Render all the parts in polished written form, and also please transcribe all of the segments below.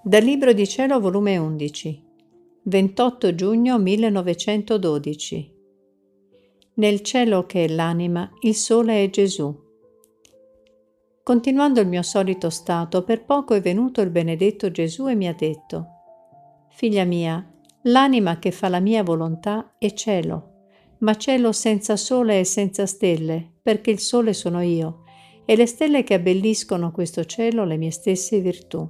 Dal Libro di Cielo, volume 11, 28 giugno 1912. Nel cielo che è l'anima, il sole è Gesù. Continuando il mio solito stato, per poco è venuto il benedetto Gesù e mi ha detto: «Figlia mia, l'anima che fa la mia volontà è cielo, ma cielo senza sole e senza stelle, perché il sole sono io, e le stelle che abbelliscono questo cielo le mie stesse virtù.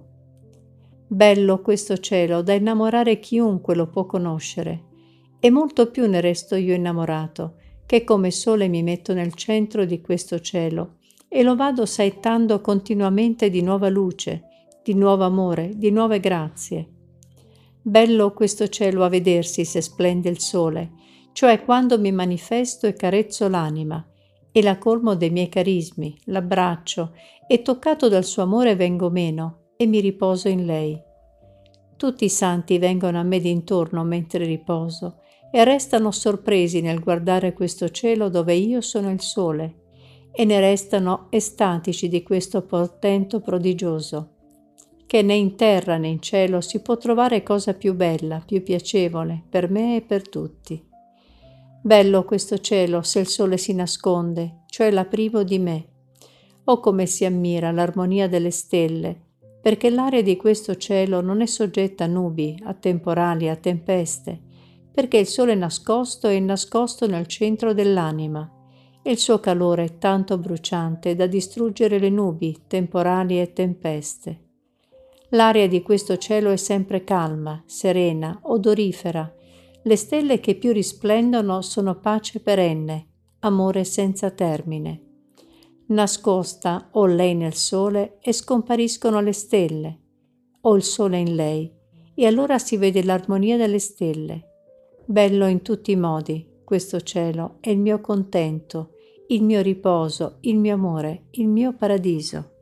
Bello questo cielo, da innamorare chiunque lo può conoscere, e molto più ne resto io innamorato, che come sole mi metto nel centro di questo cielo e lo vado saettando continuamente di nuova luce, di nuovo amore, di nuove grazie. Bello questo cielo a vedersi se splende il sole, cioè quando mi manifesto e carezzo l'anima, e la colmo dei miei carismi, l'abbraccio, e toccato dal suo amore vengo meno, e mi riposo in lei. Tutti i santi vengono a me d'intorno mentre riposo e restano sorpresi nel guardare questo cielo dove io sono il sole, e ne restano estatici di questo portento prodigioso, che né in terra né in cielo si può trovare cosa più bella, più piacevole per me e per tutti. Bello questo cielo se il sole si nasconde, cioè la privo di me. Oh, come si ammira l'armonia delle stelle, perché l'aria di questo cielo non è soggetta a nubi, a temporali, a tempeste, perché il sole nascosto è nascosto nel centro dell'anima, e il suo calore è tanto bruciante da distruggere le nubi, temporali e tempeste. L'aria di questo cielo è sempre calma, serena, odorifera. Le stelle che più risplendono sono pace perenne, amore senza termine. Nascosta o lei nel sole e scompariscono le stelle, o il sole in lei, e allora si vede l'armonia delle stelle. Bello in tutti i modi questo cielo è il mio contento, il mio riposo, il mio amore, il mio paradiso.